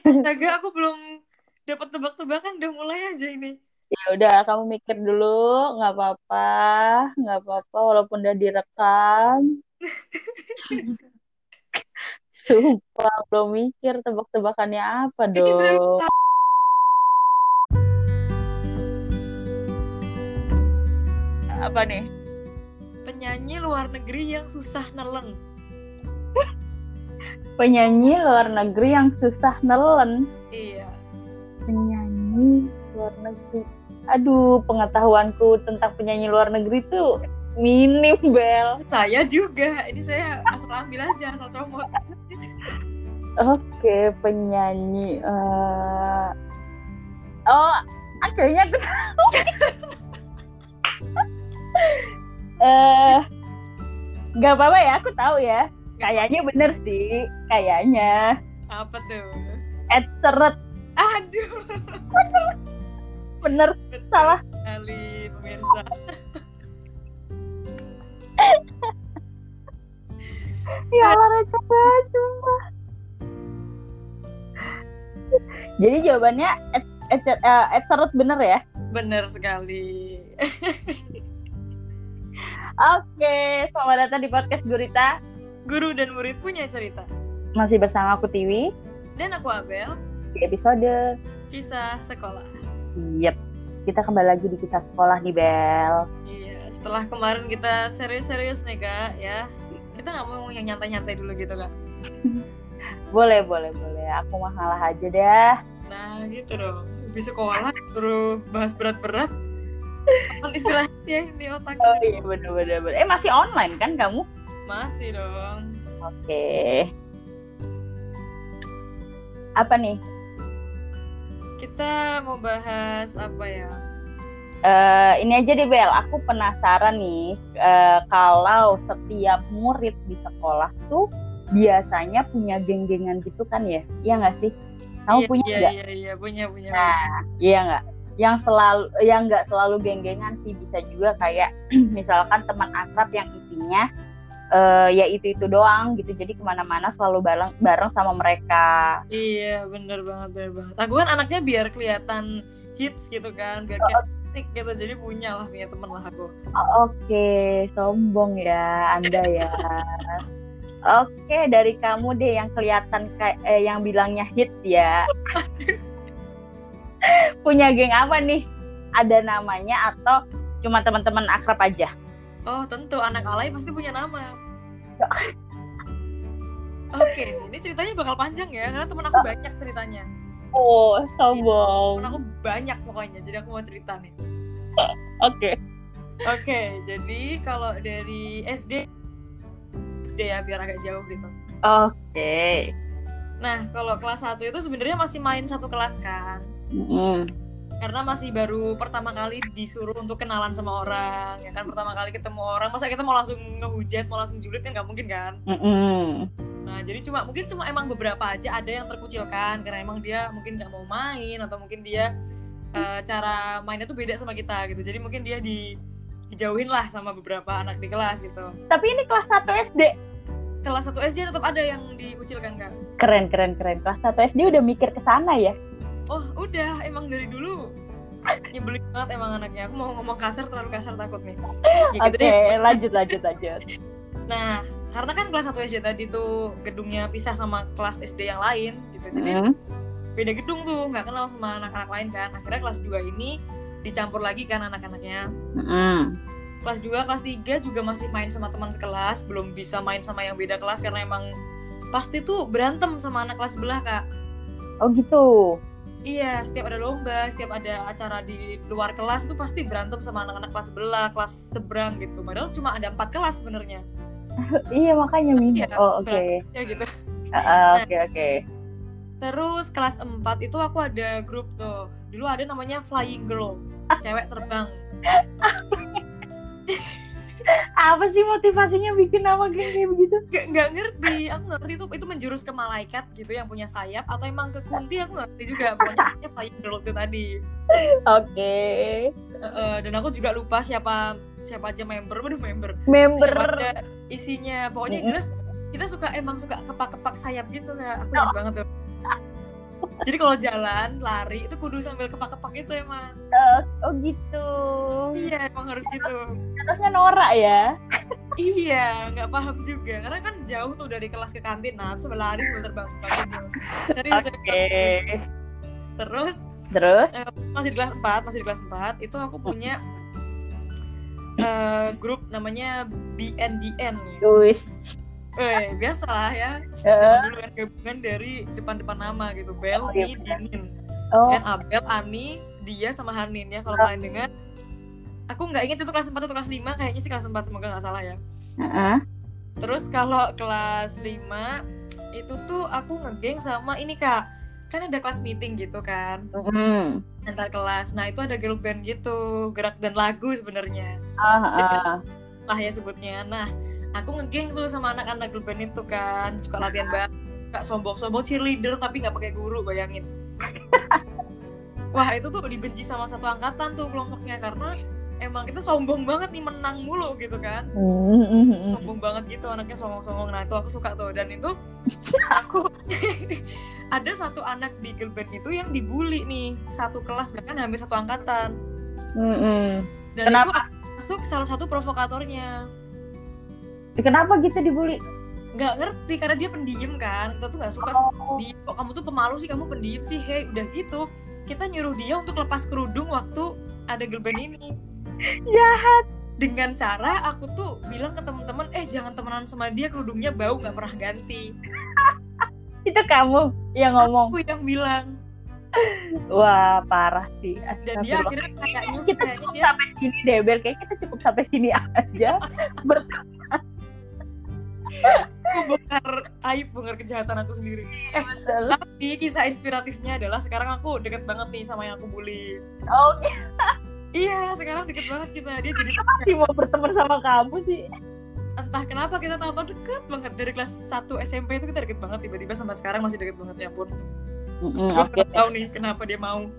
Astaga, aku belum dapat tebak-tebakan, udah mulai aja ini. Ya udah, kamu mikir dulu, nggak apa-apa, nggak apa-apa, walaupun udah direkam. Sumpah, belum mikir tebak-tebakannya apa Ini baru dong. Apa nih? penyanyi luar negeri yang susah nelen. Penyanyi luar negeri yang susah nelen. Iya. Penyanyi luar negeri. Aduh, pengetahuanku tentang penyanyi luar negeri tuh minim, Bel. Saya juga. Ini saya asal ambil aja, asal comot. Oke, penyanyi. Oh, kayaknya aku eh nggak apa-apa ya, aku tahu ya. Nggak apa. Kayaknya bener sih, kayaknya. Apa tuh? Ed Seret, Aduh. bener, Betul salah. sekali, pemirsa. Ya Allah, receh banget, sumpah. Jadi jawabannya Ed Seret bener ya? Bener sekali. Oke, selamat datang di podcast Gurita. Guru dan murid punya cerita. Masih bersama aku Tiwi Dan aku Abel, di episode. kisah sekolah. Yep, kita kembali lagi di kisah sekolah nih, Bel. Iya, setelah kemarin kita serius-serius nih Kak, ya. Kita nggak mau yang nyantai-nyantai dulu gitu Kak. Boleh. Aku mah ngalah aja dah. Nah gitu dong. Habis sekolah terus bahas berat-berat. Kapan istirahatnya ini otaknya? Oh iya, bener. Masih online kan kamu? Masih dong. Oke. Apa nih? Kita mau bahas apa ya? Ini aja deh, Bel. Aku penasaran nih, kalau setiap murid di sekolah tuh biasanya punya geng-gengan gitu kan ya? Iya nggak sih? Kamu punya nggak? Iya, punya. Nah, iya nggak? Yang nggak selalu geng-gengan sih, bisa juga kayak misalkan teman akrab yang intinya ya itu doang gitu. Jadi kemana-mana selalu bareng sama mereka. Iya, bener banget. Aku kan anaknya biar kelihatan hits gitu kan, biar kayak asik gitu. Jadi punya temen lah aku. Oke, sombong ya Anda ya. Oke, dari kamu deh yang kelihatan kayak yang bilangnya hits ya. Punya geng apa nih? Ada namanya atau cuma teman-teman akrab aja? Oh, tentu anak alay pasti punya nama. Oke, ini ceritanya bakal panjang ya, karena temen aku banyak ceritanya. Oh, Temen sombong. aku banyak pokoknya, jadi aku mau cerita nih. Oke. Oke, jadi kalau dari SD ya biar agak jauh gitu. Oke. Nah, kalau kelas 1 itu sebenarnya masih main satu kelas kan. Karena masih baru pertama kali disuruh untuk kenalan sama orang, ya kan, pertama kali ketemu orang, masa kita mau langsung ngehujat, mau langsung julid kan nggak mungkin kan. Nah, jadi mungkin cuma emang beberapa aja ada yang terkucilkan karena emang dia mungkin nggak mau main atau mungkin dia cara mainnya tuh beda sama kita gitu. Jadi mungkin dia dijauhin lah sama beberapa anak di kelas gitu. Tapi ini kelas 1 SD. Kelas 1 SD tetap ada yang dikucilkan kan. Keren. Kelas 1 SD udah mikir ke sana ya. Oh, udah, emang dari dulu nyebelin banget emang anaknya. Aku mau ngomong kasar, terlalu kasar takut nih. Ya gitu deh. Oke, lanjut. Nah, karena kan kelas 1 SD tadi tuh gedungnya pisah sama kelas SD yang lain gitu. Jadi beda gedung tuh, nggak kenal sama anak-anak lain kan. Akhirnya kelas 2 ini dicampur lagi kan anak-anaknya. Kelas 2, kelas 3 juga masih main sama teman sekelas, belum bisa main sama yang beda kelas karena emang pasti tuh berantem sama anak kelas sebelah, Kak. Oh gitu. Iya, setiap ada lomba, setiap ada acara di luar kelas itu pasti berantem sama anak-anak kelas sebelah, kelas seberang gitu. Padahal cuma ada 4 kelas sebenarnya. Iya, makanya minat. Ya, Oh, oke. Ya gitu. Oke. Terus kelas 4 itu aku ada grup tuh. Dulu ada namanya Flying Girl, cewek terbang. Apa sih motivasinya bikin nama geng kayak begitu? Gak ngerti, aku gak ngerti itu menjurus ke malaikat gitu yang punya sayap atau emang ke kunti, aku gak ngerti juga. Pokoknya Flying Girl itu tadi. Oke. Dan aku juga lupa siapa aja member. Siapa aja isinya. Pokoknya jelas kita emang suka kepak-kepak sayap gitu, Kak. Aku ingat banget tuh. Jadi kalau jalan lari itu kudu sambil kepak-kepak itu emang. Oh gitu. Iya emang harus gitu. Contohnya norak ya. Iya, nggak paham juga karena kan jauh tuh dari kelas ke kantin. Nah, sambil lari sambil terbang dari Terus masih di kelas 4 itu aku punya grup namanya BNDN ya. Biasalah ya. Zaman dulu kan gabungan dari depan-depan nama gitu. Bel, Ni, Dinin. Kan Abel, Ani, dia sama Hanin ya kalau kalian dengar. Aku nggak ingat itu kelas 4 atau kelas 5, kayaknya sih kelas 4 semoga nggak salah ya. Terus kalau kelas 5 itu tuh aku ngegeng sama ini Kak. Kan ada kelas meeting gitu kan. Antar kelas. Nah, itu ada girl band gitu, gerak dan lagu sebenarnya. Lah ya sebutnya. Nah, aku ngegeng tuh sama anak-anak girl band itu kan, suka latihan bareng, suka sombong-sombong cheerleader tapi nggak pakai guru, bayangin. Wah, itu tuh dibenci sama satu angkatan tuh kelompoknya karena emang kita sombong banget nih, menang mulu gitu kan. Sombong banget gitu, anaknya songong-songong. Nah, itu aku suka tuh. Dan itu aku ada satu anak di girl band itu yang dibully nih, satu kelas bahkan hampir satu angkatan. Dan kenapa? Itu aku masuk salah satu provokatornya. Kenapa gitu dibully? Nggak ngerti, karena dia pendiam kan. Kita tuh nggak suka sama dia. Kok kamu tuh pemalu sih, kamu pendiam sih. Hei, udah gitu kita nyuruh dia untuk lepas kerudung waktu ada girl band ini. Jahat. Dengan cara aku tuh bilang ke teman-teman, jangan temenan sama dia, kerudungnya bau, nggak pernah ganti. Itu kamu yang ngomong? Aku yang bilang. Wah, parah sih. Dan dia akhirnya kayaknya kita cukup dia sampai sini deh, Bel. Kayak kita cukup sampai sini aja. Aku bongkar kejahatan aku sendiri. Tapi kisah inspiratifnya adalah sekarang aku deket banget nih sama yang aku bully. Oh, iya, sekarang deket banget kita. Dia jadi masih mau berteman sama kamu sih. Entah kenapa kita tahu-tahu deket banget dari kelas 1 SMP itu kita deket banget, tiba-tiba sampai sekarang masih deket banget, ya pun. Gue tahu nih kenapa dia mau.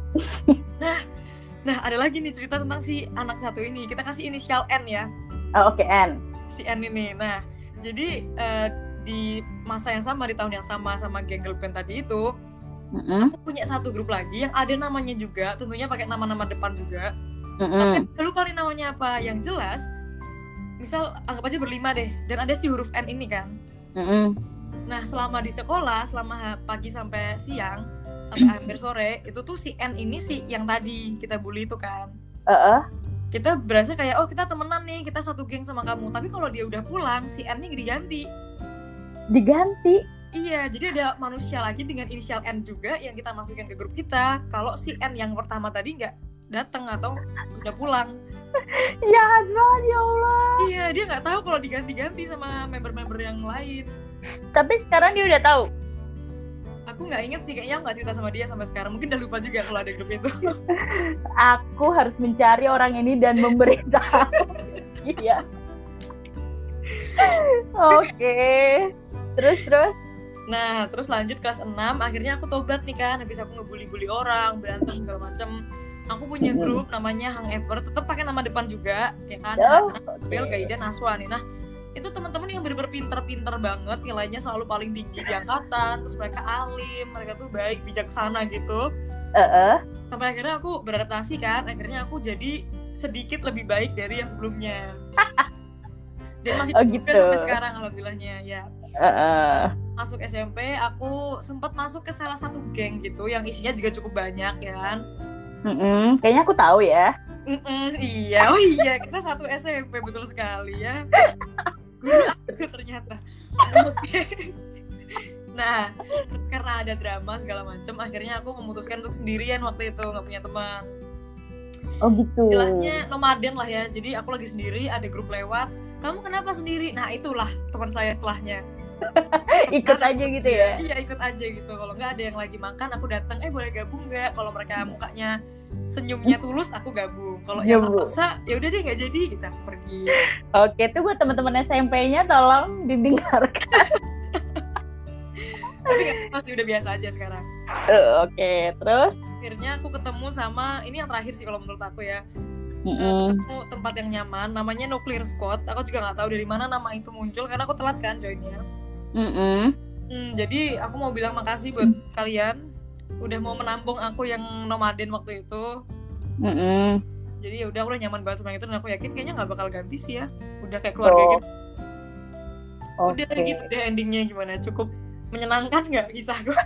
Nah, ada lagi nih cerita tentang si anak satu ini. Kita kasih inisial N ya. Oke, N. Si N ini. Nah, jadi di masa yang sama, di tahun yang sama geng girl band tadi itu, aku punya satu grup lagi yang ada namanya juga, tentunya pakai nama-nama depan juga. Tapi aku lupa nih namanya apa. Yang jelas, misal anggap aja berlima deh, dan ada si huruf N ini kan. Nah, selama di sekolah, selama pagi sampai siang, sampai hampir sore, itu tuh si N ini sih yang tadi kita bully itu kan. Kita berasa kayak, kita temenan nih, kita satu geng sama kamu. Tapi kalau dia udah pulang, si N ini diganti. Iya, jadi ada manusia lagi dengan inisial N juga yang kita masukin ke grup kita. Kalau si N yang pertama tadi nggak datang atau udah pulang. Jahat banget, ya Allah. Iya, dia nggak tahu kalau diganti-ganti sama member-member yang lain. Tapi sekarang dia udah tahu. Aku nggak inget sih, kayaknya aku nggak cerita sama dia sampai sekarang. Mungkin udah lupa juga kalau ada grup itu. Aku harus mencari orang ini dan memberitahu. Iya. Oke. Terus. Nah, terus lanjut kelas 6, akhirnya aku tobat nih kan, habis aku ngebully-bully orang, berantem segala macem. Aku punya grup namanya Hang Ever, tetap pakai nama depan juga, ya kan? Bel, Gaida, Naswa nih. Nah, itu teman-teman yang bener-bener pinter-pinter banget, nilainya selalu paling tinggi di angkatan, terus mereka alim, mereka tuh baik, bijaksana gitu. Sampai akhirnya aku beradaptasi kan, akhirnya aku jadi sedikit lebih baik dari yang sebelumnya. Dan masih juga sampai sekarang alhamdulillahnya ya. Masuk SMP aku sempat masuk ke salah satu geng gitu yang isinya juga cukup banyak ya kan. Kayaknya aku tahu ya. Iya, kita satu SMP, betul sekali ya. Guru aku ternyata. Nah, karena ada drama segala macam, akhirnya aku memutuskan untuk sendirian waktu itu, nggak punya teman. Oh gitu. Istilahnya nomaden lah ya. Jadi aku lagi sendiri, ada grup lewat. Kamu kenapa sendiri? Nah, itulah teman saya setelahnya. Ikut aja gitu ya? Iya, ikut aja gitu. Kalau nggak ada yang lagi makan, aku datang. Boleh gabung nggak? Kalau mereka mukanya senyumnya tulus, aku gabung. Kalau yang terpaksa, ya udah deh nggak jadi, kita pergi. Oke, itu buat teman-teman SMP-nya tolong didengarkan. Tapi masih udah biasa aja sekarang. Oke, terus? Akhirnya aku ketemu sama, ini yang terakhir sih kalau menurut aku ya. Ketemu tempat yang nyaman, namanya Nuclear Squad. Aku juga nggak tahu dari mana nama itu muncul karena aku telat kan joinnya. Jadi aku mau bilang makasih buat kalian udah mau menampung aku yang nomaden waktu itu. Jadi ya udah aku udah nyaman banget sama yang itu, dan aku yakin kayaknya nggak bakal ganti sih ya, udah kayak keluarga gitu. Udah gitu deh endingnya. Gimana, cukup menyenangkan nggak kisah gue?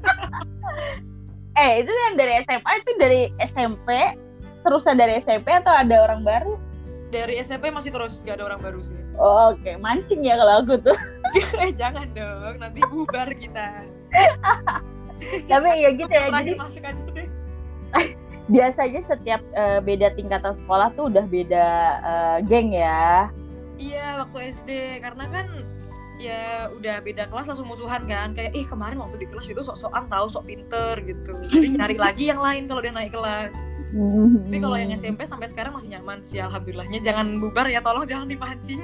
Itu yang dari SMA, itu dari SMP terusan dari SMP atau ada orang baru? Dari SMP masih terus, gak ada orang baru sih. Oke, mancing ya kalau aku tuh. Jangan dong, nanti bubar kita. Tapi ya gitu ya, jadi masuk aja deh. Biasanya setiap beda tingkatan sekolah tuh udah beda geng ya. Iya, waktu SD, karena kan ya udah beda kelas langsung musuhan kan, kayak kemarin waktu di kelas itu sok-sokan tahu, sok pinter gitu, jadi nyari lagi yang lain kalau dia naik kelas. Tapi kalau yang SMP sampai sekarang masih nyaman sih, alhamdulillahnya. Jangan bubar ya, tolong jangan dipancing.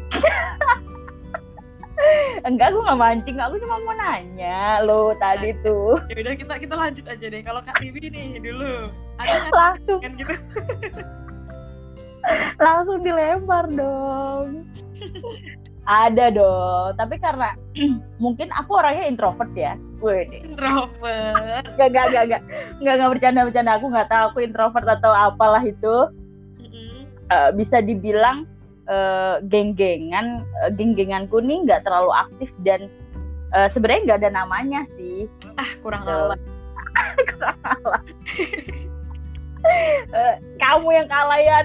Enggak, aku nggak mancing, aku cuma mau nanya lo tadi tuh. Ya udah, kita lanjut aja deh. Kalau Kak Dewi nih dulu ada langsung kan gitu. Langsung dilempar dong. Ada dong, tapi karena mungkin aku orangnya introvert ya. Introvert. Enggak bercanda, aku nggak tahu aku introvert atau apalah itu. Bisa dibilang geng-genganku nih nggak terlalu aktif, dan sebenarnya nggak ada namanya sih. Kurang alat. Kamu yang kalayan.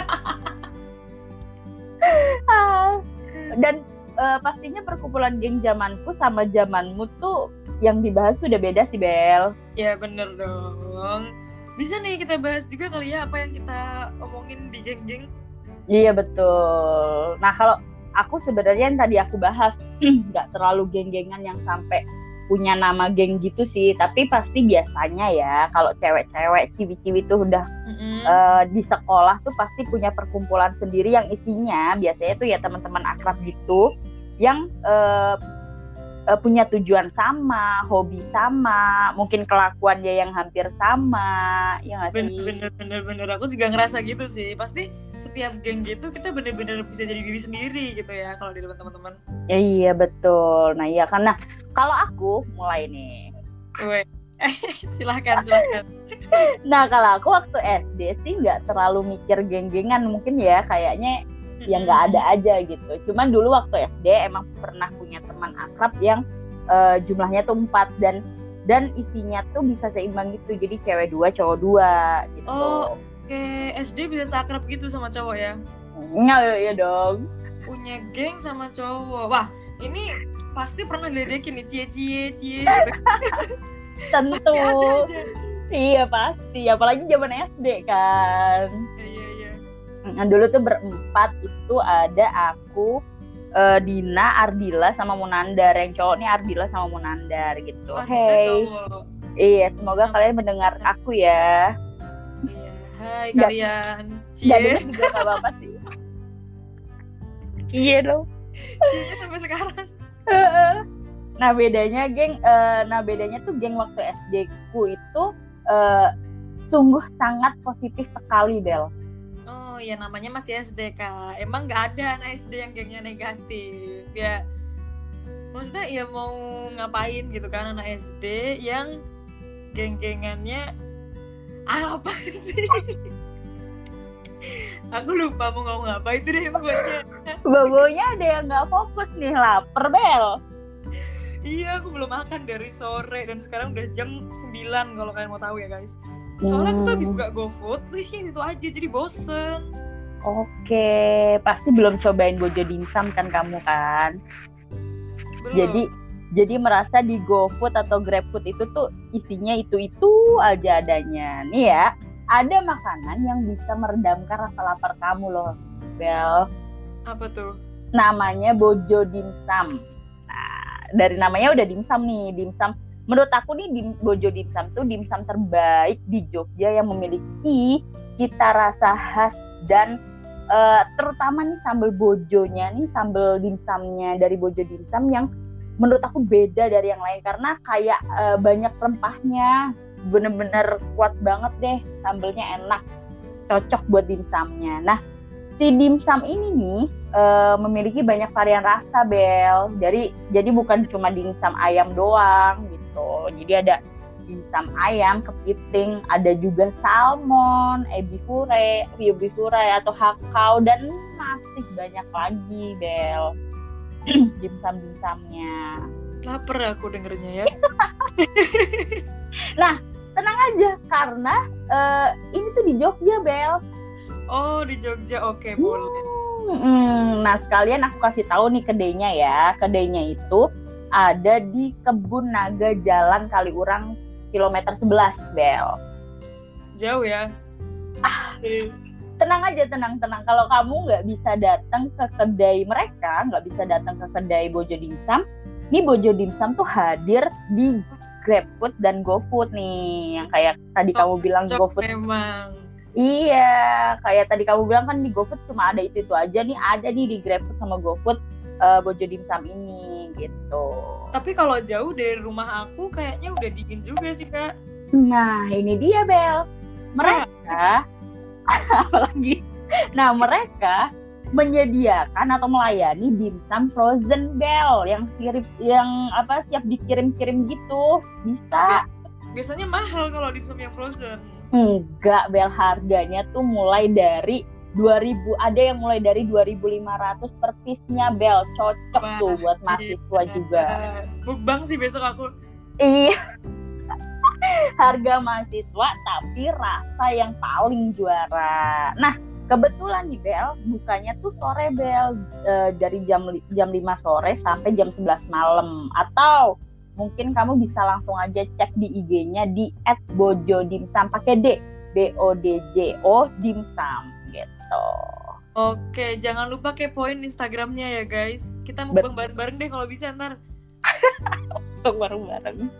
Dan pastinya perkumpulan geng zamanku sama zamanmu tuh yang dibahas tuh udah beda sih, Bel. Ya bener dong. Bisa nih kita bahas juga kali ya apa yang kita omongin di geng-geng. Iya betul. Nah kalau aku sebenarnya yang tadi aku bahas nggak terlalu geng-gengan yang sampai punya nama geng gitu sih, tapi pasti biasanya ya kalau cewek-cewek, ciwi-ciwi tuh udah di sekolah tuh pasti punya perkumpulan sendiri yang isinya biasanya tuh ya teman-teman akrab gitu yang punya tujuan sama, hobi sama, mungkin kelakuannya yang hampir sama, ya nggak sih? Bener. Aku juga ngerasa gitu sih. Pasti setiap geng gitu kita bener-bener bisa jadi diri sendiri gitu ya kalau di depan teman-teman. Iya betul. Nah iya, karena kalau aku mulai nih. Silahkan. Nah kalau aku waktu SD sih nggak terlalu mikir geng-gengan mungkin ya, kayaknya ya nggak ada aja gitu. Cuman dulu waktu SD emang pernah punya teman akrab yang jumlahnya tuh 4 dan isinya tuh bisa seimbang gitu. Jadi cewek 2, cowok 2 gitu. Oh, oke. SD bisa seakrab gitu sama cowok ya? Iya dong. Punya geng sama cowok. Wah, ini pasti pernah diledekin nih, cie gitu. Tentu. Iya pasti, apalagi zaman SD kan. Iya. Nah, dulu tuh berempat itu ada aku, Dina, Ardila sama Munandar. Yang cowok nih Ardila sama Munandar gitu. Hey. Iya, semoga kalian mendengar aku ya. Iya. Hai kalian. Gak dengar juga gak apa-apa sih. Iya dong. Cie sampai sekarang. Nah bedanya tuh geng waktu SD ku itu sungguh sangat positif sekali, Bel. Oh ya, namanya masih SD Kak. Emang nggak ada anak SD yang gengnya negatif ya. Maksudnya ya mau ngapain gitu kan anak SD yang geng-gengannya apa sih? Aku lupa mau ngomong apa itu deh pokoknya. Bobonya ada yang nggak fokus nih, lapar Bel. Iya, aku belum makan dari sore dan sekarang udah jam 9 kalau kalian mau tahu ya guys. Soalnya aku tuh habis buka GoFood, tuh isinya itu aja, jadi bosen. Oke, pasti belum cobain Bojo Dimsum kan kamu kan? Belum. Jadi merasa di GoFood atau GrabFood itu tuh isinya itu aja adanya. Nih ya, ada makanan yang bisa meredamkan rasa lapar kamu loh, Bel. Apa tuh? Namanya Bojo Dimsum. Nah, dari namanya udah dimsum nih, dimsum. Menurut aku nih Bojo Dimsum tuh dimsum terbaik di Jogja yang memiliki cita rasa khas dan terutama nih sambal bojonya nih, sambal dimsumnya dari Bojo Dimsum yang menurut aku beda dari yang lain karena kayak banyak rempahnya, bener-bener kuat banget deh, sambalnya enak, cocok buat dimsumnya. Nah, si dimsum ini nih memiliki banyak varian rasa, Bel. Jadi bukan cuma dimsum ayam doang gitu. Jadi ada dimsum ayam, kepiting, ada juga salmon, ebi fure atau hakau, dan masih banyak lagi, Bel. Dimsum-dimsumnya. Laper aku dengernya ya. Nah, tenang aja karena ini tuh di Jogja, Bel. Oh, di Jogja, oke, boleh. Nah, sekalian aku kasih tahu nih kedainya ya. Kedainya itu ada di Kebun Naga Jalan Kaliurang kilometer 11, Bel. Jauh ya? Tenang aja, tenang. Kalau kamu nggak bisa datang ke kedai mereka, nggak bisa datang ke kedai Bojo Dimsum, nih Bojo Dimsum tuh hadir di GrabFood dan GoFood nih, yang kayak tadi kamu bilang GoFood. Memang. Iya, kayak tadi kamu bilang kan di GoFood cuma ada itu aja, nih ada nih di GrabFood sama GoFood Bojo Dimsum ini gitu. Tapi kalau jauh dari rumah aku kayaknya udah dingin juga sih, Kak. Nah, ini dia, Bel. Mereka apalagi. Nah, mereka menyediakan atau melayani dimsum frozen, Bel, yang siap dikirim-kirim gitu. Bisa. Biasanya mahal kalau dimsum yang frozen. Enggak, Bel, harganya tuh mulai dari 2.000, ada yang mulai dari 2.500 per piece-nya, Bel. Cocok tuh buat mahasiswa juga. Mukbang sih besok aku. Iya. Harga mahasiswa tapi rasa yang paling juara. Nah, kebetulan nih, Bel, bukanya tuh sore, Bel, dari jam 5 sore sampai jam 11 malam. Atau mungkin kamu bisa langsung aja cek di IG-nya di @bojodimsum pakai D, BODJO dimsum gitu. Oke, jangan lupa kepoin Instagramnya ya, guys. Kita mukbang bareng-bareng deh kalau bisa ntar. Bareng-bareng.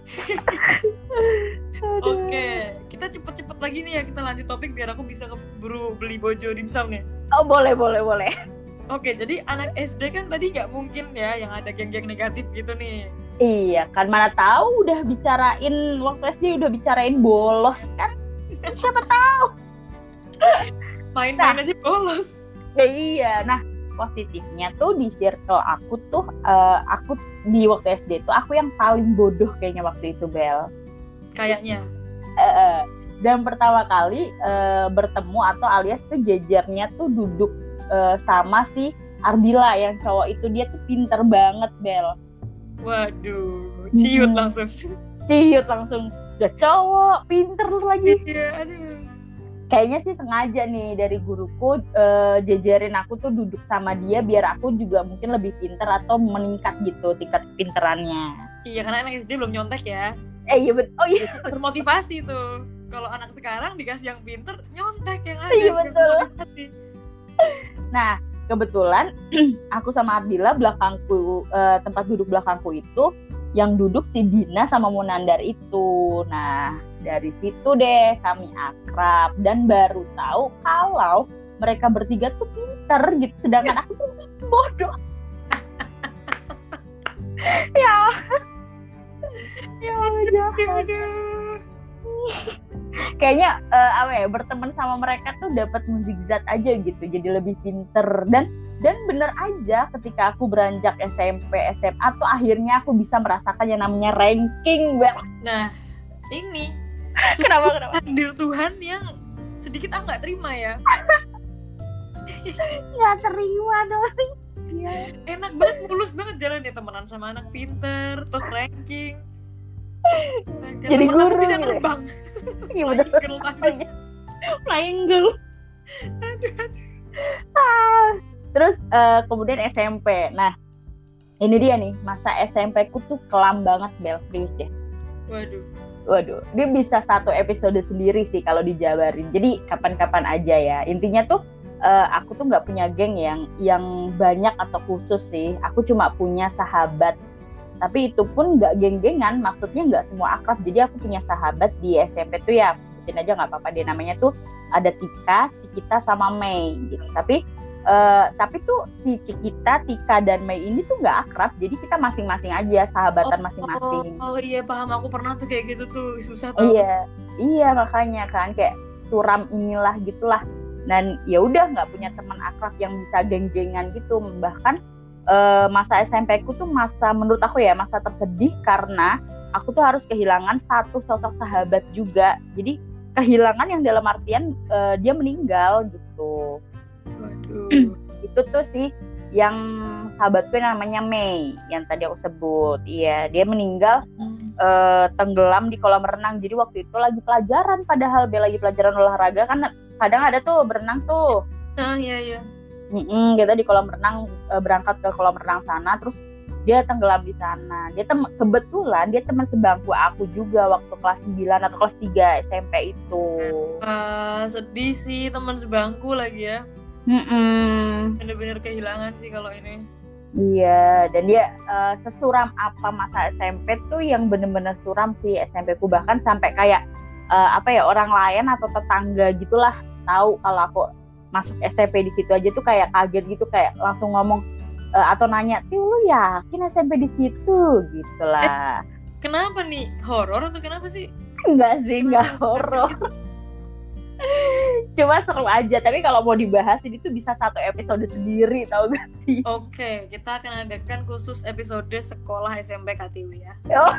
Oke, kita cepet-cepet lagi nih ya, kita lanjut topik biar aku bisa keburu beli Bojo Dimsum nih. Oh, boleh. Oke, jadi anak SD kan tadi nggak mungkin ya yang ada geng-geng negatif gitu nih. Iya kan, mana tahu udah bicarain waktu SD udah bicarain bolos kan. Siapa tahu. Main-main aja bolos. Ya, iya. Nah, positifnya tuh di circle aku tuh aku di waktu SD tuh aku yang paling bodoh kayaknya waktu itu, Bel. Kayaknya. Dan pertama kali bertemu atau alias tuh jajarnya tuh duduk sama si Ardila yang cowok itu, dia tuh pinter banget, Bel. Waduh, ciut langsung. Udah cowok, pinter lagi. Iya, aduh. Kayaknya sih sengaja nih dari guruku jajarin aku tuh duduk sama dia biar aku juga mungkin lebih pinter atau meningkat gitu tingkat pinterannya. Iya, karena anak SD belum nyontek ya. Iya betul. Oh iya. Termotivasi tuh. Kalau anak sekarang dikasih yang pinter, nyontek yang ada. Iya betul. Nah, kebetulan aku sama Ardila belakangku, tempat duduk belakangku itu yang duduk si Dina sama Munandar itu. Nah, dari situ deh kami akrab dan baru tahu kalau mereka bertiga tuh pinter gitu, sedangkan aku tuh bodoh. Ya jahat. Kayaknya berteman sama mereka tuh dapat muzikzat aja gitu, jadi lebih pinter dan bener aja ketika aku beranjak SMP, SMA tuh akhirnya aku bisa merasakan yang namanya ranking, Bel. Nah, ini kenapa? Takdir Tuhan yang sedikit nggak terima ya. Nggak terima dong. Ya. Enak banget, mulus banget jalan ya, temenan sama anak pinter, terus ranking. Jadi guru bisa gitu. terbang. Iya betul. Flying girl. Terus kemudian SMP. Nah, ini dia nih, masa SMP ku tuh kelam banget, Bel, serius deh. Waduh, dia bisa satu episode sendiri sih kalau dijabarin. Jadi kapan-kapan aja ya. Intinya tuh aku tuh nggak punya geng yang banyak atau khusus sih. Aku cuma punya sahabat. Tapi itu pun nggak geng-gengan, maksudnya nggak semua akrab. Jadi aku punya sahabat di SMP tuh ya, sebutin aja nggak apa-apa. Dia namanya tuh ada Tika, Cikita sama Mei gitu. Tapi tuh si Cikita, Tika dan Mei ini tuh nggak akrab. Jadi kita masing-masing aja, sahabatan masing-masing. Oh iya, paham, aku pernah tuh kayak gitu tuh, susah tau. Iya makanya kan kayak suram inilah gitulah. Dan ya udah nggak punya teman akrab yang bisa geng-gengan gitu. Bahkan masa SMP ku tuh menurut aku ya masa tersedih karena aku tuh harus kehilangan satu sosok sahabat juga. Jadi kehilangan yang dalam artian dia meninggal gitu. Waduh. Itu tuh sih yang sahabatku namanya Mei yang tadi aku sebut. Iya, dia meninggal tenggelam di kolam renang. Jadi waktu itu lagi pelajaran, padahal lagi pelajaran olahraga kan kadang ada tuh berenang tuh. Iya. Kita di kolam renang, berangkat ke kolam renang sana, terus dia tenggelam di sana. Dia kebetulan dia teman sebangku aku juga waktu kelas 9 atau kelas 3 SMP itu. Sedih sih, teman sebangku lagi ya. Bener-bener kehilangan sih kalau ini. Iya, dan dia sesuram apa masa SMP tuh yang bener-bener suram sih SMP ku, bahkan sampai kayak orang lain atau tetangga gitulah tahu kalau aku masuk SMP di situ aja tuh kayak kaget gitu, kayak langsung ngomong atau nanya, "Tiu, lu yakin SMP di situ?" Gitulah. Kenapa nih? Horor atau kenapa sih? Enggak sih, enggak horor. Cuma seru aja, tapi kalau mau dibahas ini tuh bisa satu episode sendiri, tau gak sih? Oke, kita akan adakan khusus episode sekolah SMP Katiwi ya. Oh.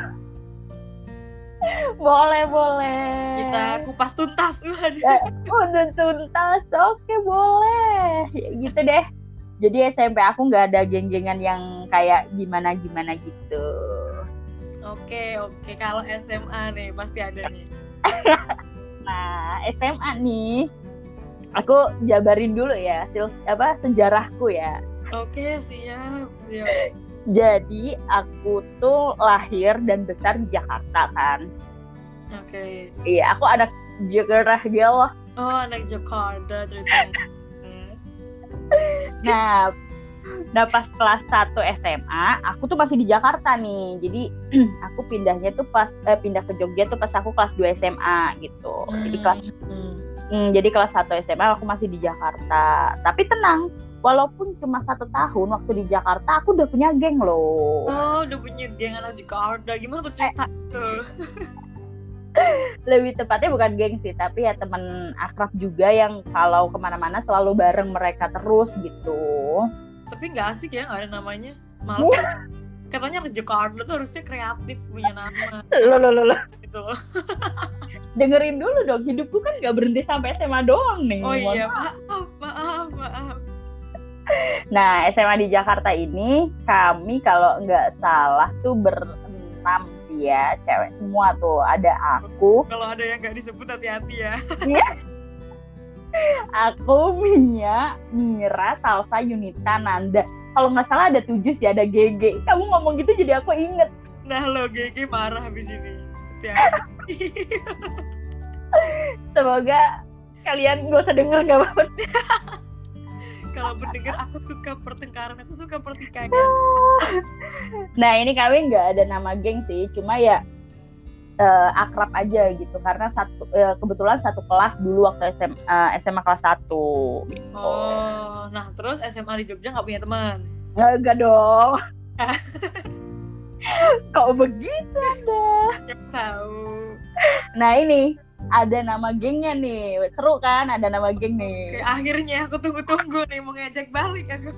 Boleh. Kita kupas tuntas. Tuntas, oke boleh. Ya, gitu deh. Jadi SMP aku nggak ada geng-gengan yang kayak gimana gitu. Oke. Kalau SMA nih pasti ada nih. Nah, SMA nih, aku jabarin dulu ya sejarahku ya. Oke, siap. Jadi aku tuh lahir dan besar di Jakarta kan. Oke. Iya, aku anak Jakarta gitu. Oh, anak Jakarta ceritanya. Nah pas kelas 1 SMA, aku tuh masih di Jakarta nih. Jadi aku pindahnya tuh pindah ke Jogja tuh pas aku kelas 2 SMA gitu. Jadi kelas 1 SMA aku masih di Jakarta. Tapi tenang, walaupun cuma 1 tahun waktu di Jakarta, aku udah punya geng loh. Oh, udah punya geng anak Jakarta. Gimana tuh cerita tuh? Lebih tepatnya bukan geng sih, tapi ya teman akrab juga yang kalau kemana-mana selalu bareng mereka terus gitu. Tapi nggak asik ya, nggak ada namanya. Males. Katanya anak Jakarta tuh harusnya kreatif punya nama. Loh. Gitu. Dengerin dulu dong, hidupku kan nggak berhenti sampai SMA doang nih. Oh iya, maaf. Nah, SMA di Jakarta ini kami kalau nggak salah tuh berenam ya, cewek semua tuh. Ada aku. Kalau ada yang nggak disebut hati-hati ya. Iya. Aku, Mia, Mira, Salsa, Yunita, Nanda. Kalau nggak salah ada 7 sih, ada GG. Kamu ngomong gitu jadi aku inget. Nah lo GG marah habis ini. Hati-hati. Semoga kalian gak usah denger, gak apa-apa. Kalau mendengar aku suka pertengkaran, aku suka pertikaian. Nah ini kami nggak ada nama geng sih, cuma ya akrab aja gitu, karena kebetulan satu kelas dulu waktu SMA kelas 1 gitu. Oh, nah terus SMA di Jogja nggak punya teman? Enggak dong. Kok begitu Anda? Yang tahu. Nah ini ada nama gengnya nih, seru kan? Ada nama geng nih. Oke, akhirnya aku tunggu nih mau ngejek balik aku.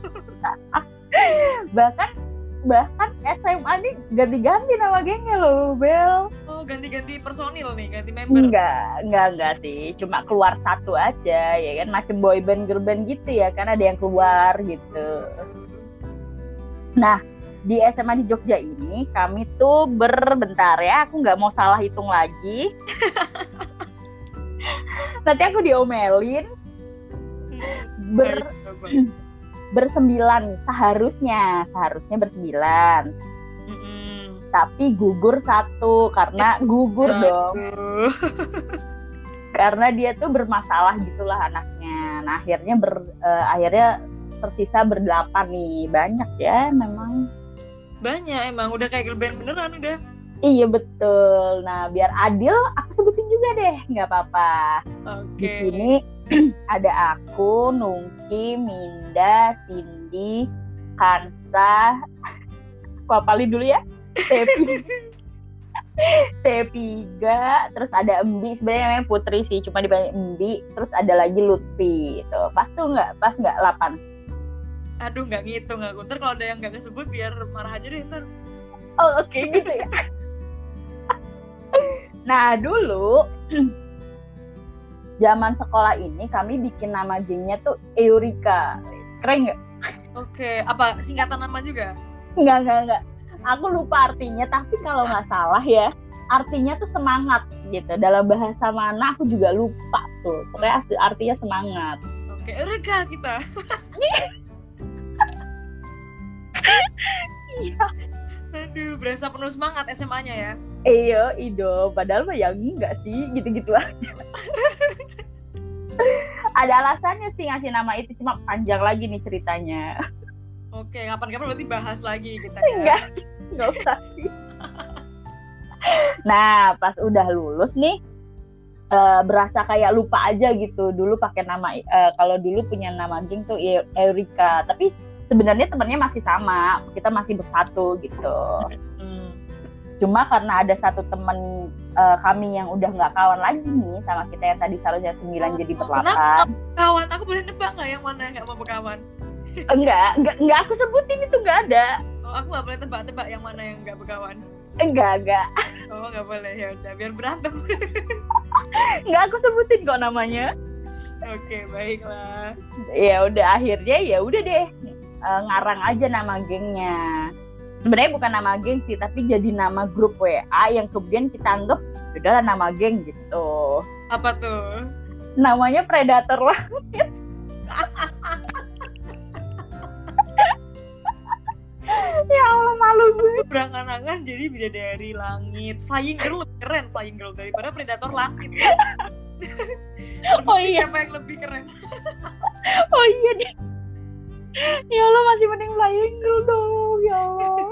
Bahkan SMA nih ganti-ganti nama gengnya loh, Bel. Oh, ganti-ganti personil nih, ganti member? Enggak sih, cuma keluar satu aja ya kan, macam boy band, girl band gitu ya kan, ada yang keluar gitu. Nah di SMA di Jogja ini kami tuh bentar ya, aku nggak mau salah hitung lagi. Nanti aku diomelin. Bersembilan seharusnya bersembilan. Tapi gugur 1 karena gugur dong. Karena dia tuh bermasalah gitulah anaknya. Nah akhirnya tersisa 8 nih. Banyak ya memang. Banyak emang, udah kayak girl band beneran udah. Iya betul. Nah biar adil aku sebutin juga deh, nggak apa-apa. Di sini ada aku, Nungki, Minda, Cindy, Hansa. Aku apalin dulu ya. T3, terus ada Embi, sebenarnya namanya Putri sih, cuma dipanggil Embi. Terus ada lagi Lutfi. Tuh, pas nggak 8? Aduh, nggak ngitung aku. Ntar kalau ada yang nggak kesebut biar marah aja deh ntar. Oh, oke, gitu ya. Nah, dulu zaman sekolah ini kami bikin nama gengnya tuh Eureka. Keren nggak? Oke, apa singkatan nama juga? Enggak. Aku lupa artinya, tapi kalau nggak salah ya, artinya tuh semangat gitu. Dalam bahasa mana aku juga lupa tuh. Pokoknya artinya semangat. Oke, Eureka kita. Iya. Aduh, berasa penuh semangat SMA-nya ya. Iya, Ido. Padahal mah ya enggak sih, gitu-gitu aja. Ada alasannya sih ngasih nama itu, cuma panjang lagi nih ceritanya. Oke, kapan-kapan berarti bahas lagi kita ya. Enggak usah sih. Nah, pas udah lulus nih, berasa kayak lupa aja gitu. Dulu pakai nama, kalau dulu punya nama geng tuh Eureka, tapi sebenarnya temennya masih sama, kita masih bersatu gitu. Cuma karena ada satu temen kami yang udah nggak kawan lagi nih sama kita yang tadi seharusnya 9 jadi ber-8. Kawan, aku boleh nebak nggak yang mana yang nggak mau berkawan? Enggak aku sebutin, itu nggak ada. Oh, aku nggak boleh tebak-tebak yang mana yang nggak berkawan? Enggak. Oh, nggak boleh, ya udah biar berantem. Nggak aku sebutin kok namanya. Oke, baiklah. Ya udah, akhirnya ya udah deh, ngarang aja nama gengnya. Sebenarnya bukan nama geng sih, tapi jadi nama grup WA yang kemudian kita anggap udahlah nama geng gitu. Apa tuh? Namanya Predator Langit. Ya Allah, malu gue. Berangan-angan jadi Bidadari Langit. Flying Girl lebih keren, Flying Girl daripada Predator Langit. Oh iya. Siapa yang lebih keren? Oh iya deh. Ya Allah, masih mending Flying Girl dong, ya Allah.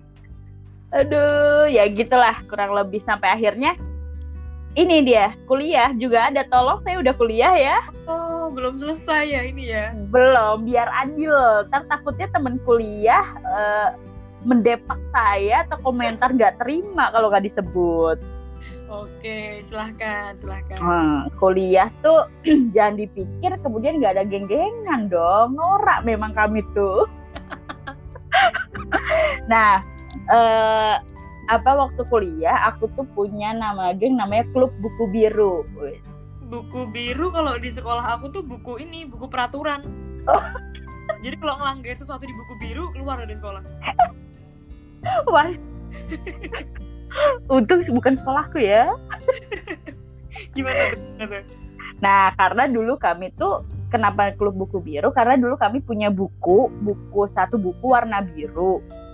Aduh, ya gitulah kurang lebih sampai akhirnya ini dia kuliah juga ada. Tolong, saya udah kuliah ya. Oh, belum selesai ya ini ya? Belum, biar adil. Ntar takutnya temen kuliah mendepak saya atau komentar nggak terima kalau nggak disebut. Oke, silahkan. Kuliah tuh jangan dipikir kemudian nggak ada geng-gengan dong. Norak memang kami tuh. Nah, waktu kuliah aku tuh punya nama geng namanya Klub Buku Biru. Buku biru kalau di sekolah aku tuh buku peraturan. Oh. Jadi kalau ngelanggar sesuatu di buku biru keluar dari sekolah. Wah. Untung bukan sekolahku ya. Gimana tuh? Nah, karena dulu kami tuh kenapa Klub Buku Biru? Karena dulu kami punya satu buku warna biru.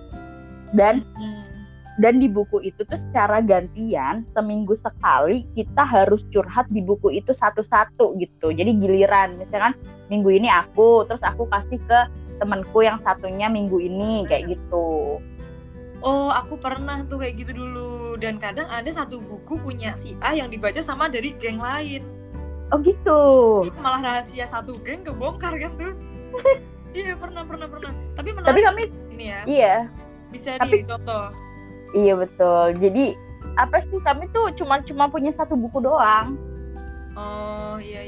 Dan di buku itu tuh secara gantian seminggu sekali kita harus curhat di buku itu satu-satu gitu. Jadi giliran, misalkan minggu ini aku, terus aku kasih ke temanku yang satunya minggu ini kayak gitu. Oh, aku pernah tuh kayak gitu dulu. Dan kadang ada satu buku punya si A yang dibaca sama dari geng lain. Oh gitu. Itu malah rahasia satu geng kebongkar kan tuh. Iya, pernah. Tapi menarik. Tapi kami ini ya. Iya. Bisa dicontoh. Iya betul. Jadi apa sih, kami tuh cuma punya satu buku doang. Oh iya.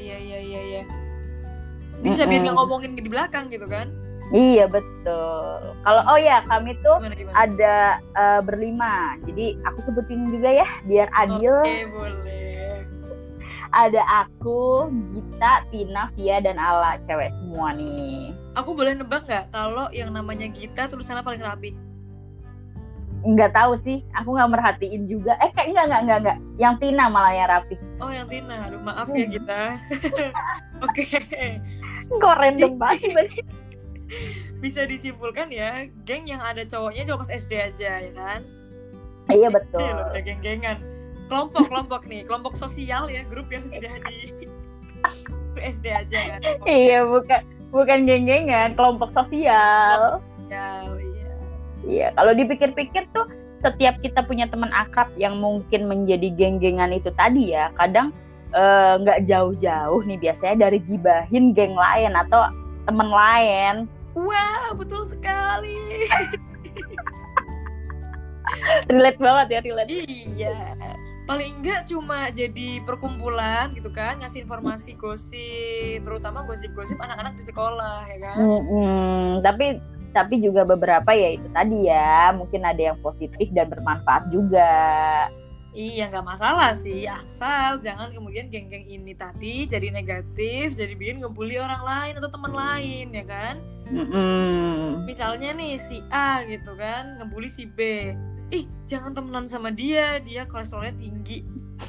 Bisa biar nggak ngomongin di belakang gitu kan? Iya betul. Kalau kami tuh gimana? Ada berlima. Jadi aku sebutin juga ya biar adil. Oke, boleh. Ada aku, Gita, Tina, Via, dan Ala, cewek semua nih. Aku boleh nebak nggak kalau yang namanya Gita tulisannya paling rapi? Nggak tahu sih, aku nggak merhatiin juga. Enggak. Yang Tina malah yang rapi. Oh, yang Tina. Aduh, maaf ya Gita. Oke. Kok random banget. Bisa disimpulkan ya, geng yang ada cowoknya cuma pas SD aja ya kan? Iya betul. Iya, udah geng-gengan. Kelompok nih, kelompok sosial ya, grup yang sudah di SD aja kan. Iya, bukan geng-gengan, kelompok sosial. Iya, kalau dipikir-pikir tuh setiap kita punya teman akrab yang mungkin menjadi geng-gengan itu tadi ya, kadang nggak jauh-jauh nih biasanya dari gibahin geng lain atau teman lain. Wah, betul sekali. Relate banget ya, relate. Iya. paling enggak cuma jadi perkumpulan gitu kan, ngasih informasi gosip, terutama gosip-gosip anak-anak di sekolah ya kan. Tapi juga beberapa ya itu tadi ya, mungkin ada yang positif dan bermanfaat juga. Iya, nggak masalah sih, asal jangan kemudian geng-geng ini tadi jadi negatif, jadi bikin ngebully orang lain atau teman lain ya kan. Misalnya nih si A gitu kan ngebully si B, jangan temenan sama dia kolesterolnya tinggi.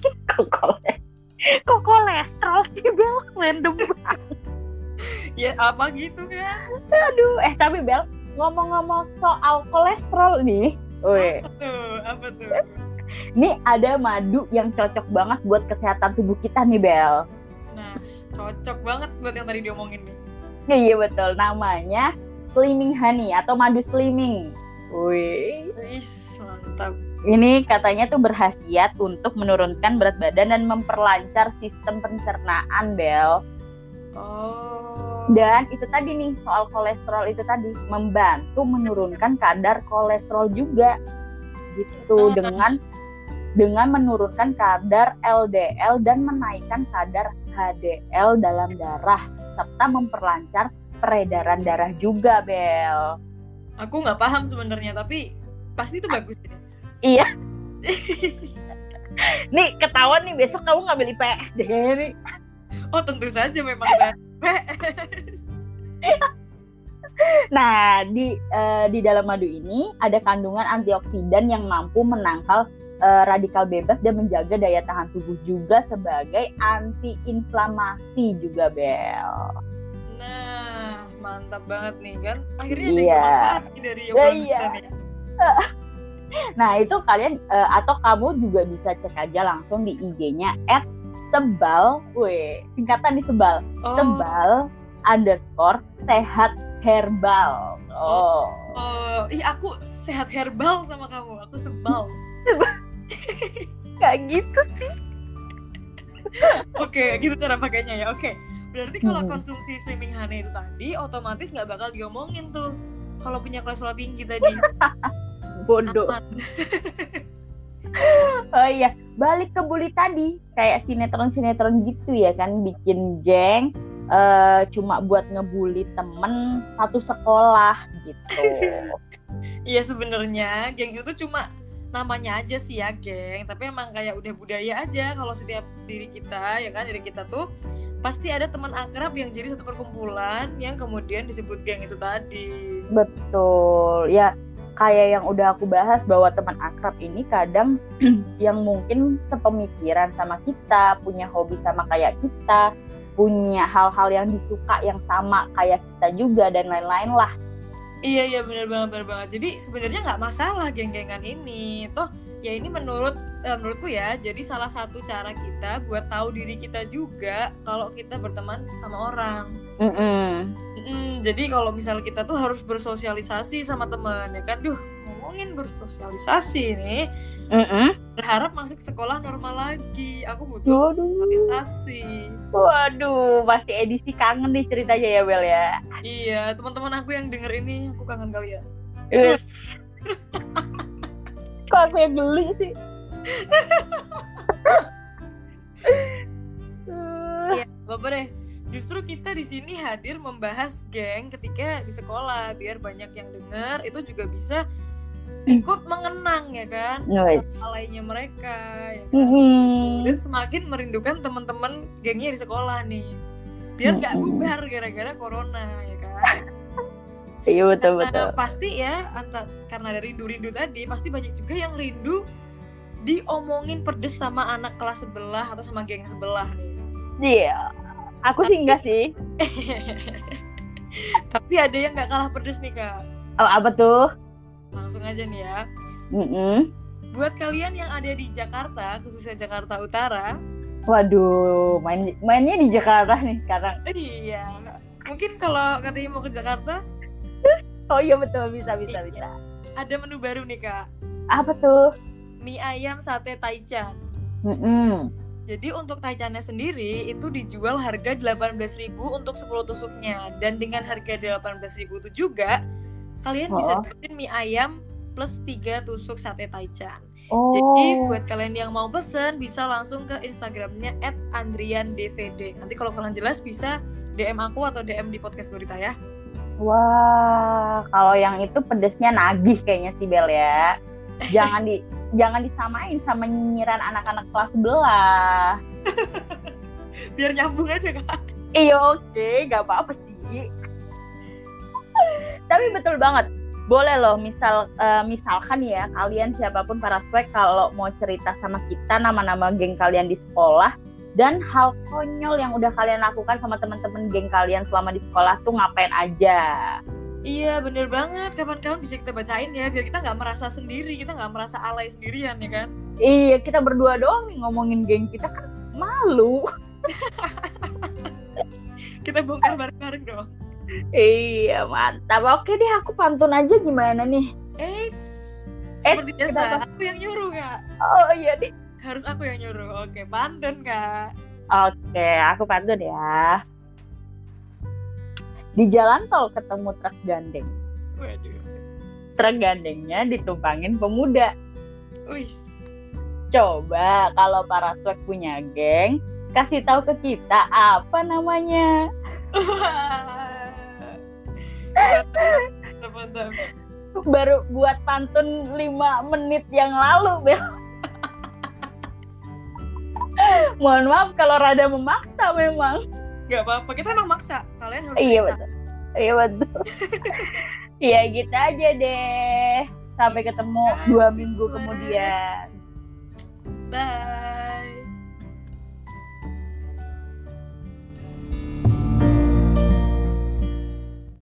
Kok kolesterol sih Bel, random banget. Ya apa gitu kan. Aduh, tapi Bel, ngomong-ngomong soal kolesterol nih, apa tuh? Ini ada madu yang cocok banget buat kesehatan tubuh kita nih Bel. Nah, cocok banget buat yang tadi diomongin nih. Iya betul, namanya Slimming Honey atau madu slimming. Wih, mantap. Ini katanya tuh berkhasiat untuk menurunkan berat badan dan memperlancar sistem pencernaan Bel. Dan itu tadi nih soal kolesterol itu tadi membantu menurunkan kadar kolesterol juga gitu dengan menurunkan kadar LDL dan menaikkan kadar HDL dalam darah serta memperlancar peredaran darah juga Bel. Aku nggak paham sebenarnya tapi pasti itu bagus ya. Iya. Nih ketahuan nih besok kamu ngambil IPS deh nih. Oh tentu saja memang saya IPS. Nah di dalam madu ini ada kandungan antioksidan yang mampu menangkal radikal bebas dan menjaga daya tahan tubuh juga sebagai anti-inflamasi juga Bel. Nah mantap banget nih kan akhirnya ada manfaat dari yang nih. Nah itu kalian atau kamu juga bisa cek aja langsung di IG-nya @sebal, singkatan di sebal, sebal_sehat herbal. Aku sehat herbal sama kamu, aku sebal. Gak gitu sih. Oke, gitu cara pakainya ya. Oke. Berarti kalau konsumsi Slimming Honey itu tadi otomatis nggak bakal diomongin tuh kalau punya kolesterol tinggi tadi. Bodoh. Oh iya, balik ke bully tadi, kayak sinetron gitu ya kan, bikin geng cuma buat ngebully temen satu sekolah gitu. Iya sebenarnya geng itu cuma namanya aja sih ya geng, tapi emang kayak udah budaya aja kalau setiap diri kita tuh pasti ada teman akrab yang jadi satu perkumpulan yang kemudian disebut geng itu tadi. Betul ya, kayak yang udah aku bahas bahwa teman akrab ini kadang yang mungkin sepemikiran sama kita, punya hobi sama kayak kita, punya hal-hal yang disuka yang sama kayak kita juga dan lain-lain lah. Iya benar banget. Jadi sebenarnya nggak masalah geng-gengan ini. Toh ya ini menurutku ya, jadi salah satu cara kita buat tahu diri kita juga kalau kita berteman sama orang. Jadi kalau misalnya kita tuh harus bersosialisasi sama teman ya kan, ngomongin bersosialisasi nih. Berharap masuk sekolah normal lagi. Aku butuh sosialisasi. Waduh, pasti edisi kangen nih ceritanya ya Bel ya. Iya, teman-teman aku yang denger ini aku kangen kalian. Kok aku yang geli sih? Iya, apa deh. Justru kita di sini hadir membahas geng ketika di sekolah biar banyak yang dengar, itu juga bisa ikut mengenang ya kan alainya mereka ya kan? Dan semakin merindukan teman-teman gengnya di sekolah nih biar nggak bubar gara-gara corona ya kan. Iya betul. Pasti ya karena dari rindu tadi pasti banyak juga yang rindu diomongin pedes sama anak kelas sebelah atau sama geng sebelah nih. Iya, aku sih enggak sih. Tapi ada yang nggak kalah pedes nih Kak. Oh apa tuh? Langsung aja nih ya. Buat kalian yang ada di Jakarta, khususnya Jakarta Utara. Waduh, mainnya di Jakarta nih sekarang. Iya. Mungkin kalau katanya mau ke Jakarta. Oh iya betul, bisa. Ada menu baru nih Kak. Apa tuh? Mie ayam sate taichan. Jadi untuk taichannya sendiri itu dijual harga 18.000 untuk 10 tusuknya. Dan dengan harga 18.000 itu juga kalian bisa dapetin mie ayam plus 3 tusuk sate taichan. Jadi buat kalian yang mau pesen bisa langsung ke Instagramnya @andriandvd. Nanti kalau kalian jelas bisa DM aku atau DM di podcast Gurita ya. Wah, kalau yang itu pedesnya nagih kayaknya sih Bel ya. Jangan disamain sama nyinyiran anak-anak kelas sebelah. Biar nyambung aja Kak. Iya oke, gak apa-apa sih. Tapi betul banget. Boleh loh, misalkan ya kalian siapapun para swag kalau mau cerita sama kita nama-nama geng kalian di sekolah dan hal konyol yang udah kalian lakukan sama teman-teman geng kalian selama di sekolah tuh ngapain aja. Iya bener banget, kapan-kapan bisa kita bacain ya biar kita nggak merasa sendiri, kita nggak merasa alay sendirian ya kan. Iya, kita berdua doang nih ngomongin geng kita kan malu. Kita bongkar bareng-bareng dong. Iya mantap. Oke deh, aku pantun aja gimana nih? Seperti biasa kenapa? Aku yang nyuruh Kak. Oh iya deh. Harus aku yang nyuruh. Oke, pantun Kak. Oke, aku pantun ya. Di jalan tol ketemu truk gandeng. Waduh. Truk gandengnya ditumpangin pemuda. Wih. Coba kalau para swag punya geng, kasih tahu ke kita apa namanya. Mantap. Baru buat pantun 5 menit yang lalu Bel. Mohon maaf kalau rada memaksa memang. Gak apa-apa, kita emang maksa. Kalian harus Iya betul. Iya betul. Iya gitu aja deh. Sampai ketemu 2 minggu kemudian. Bye.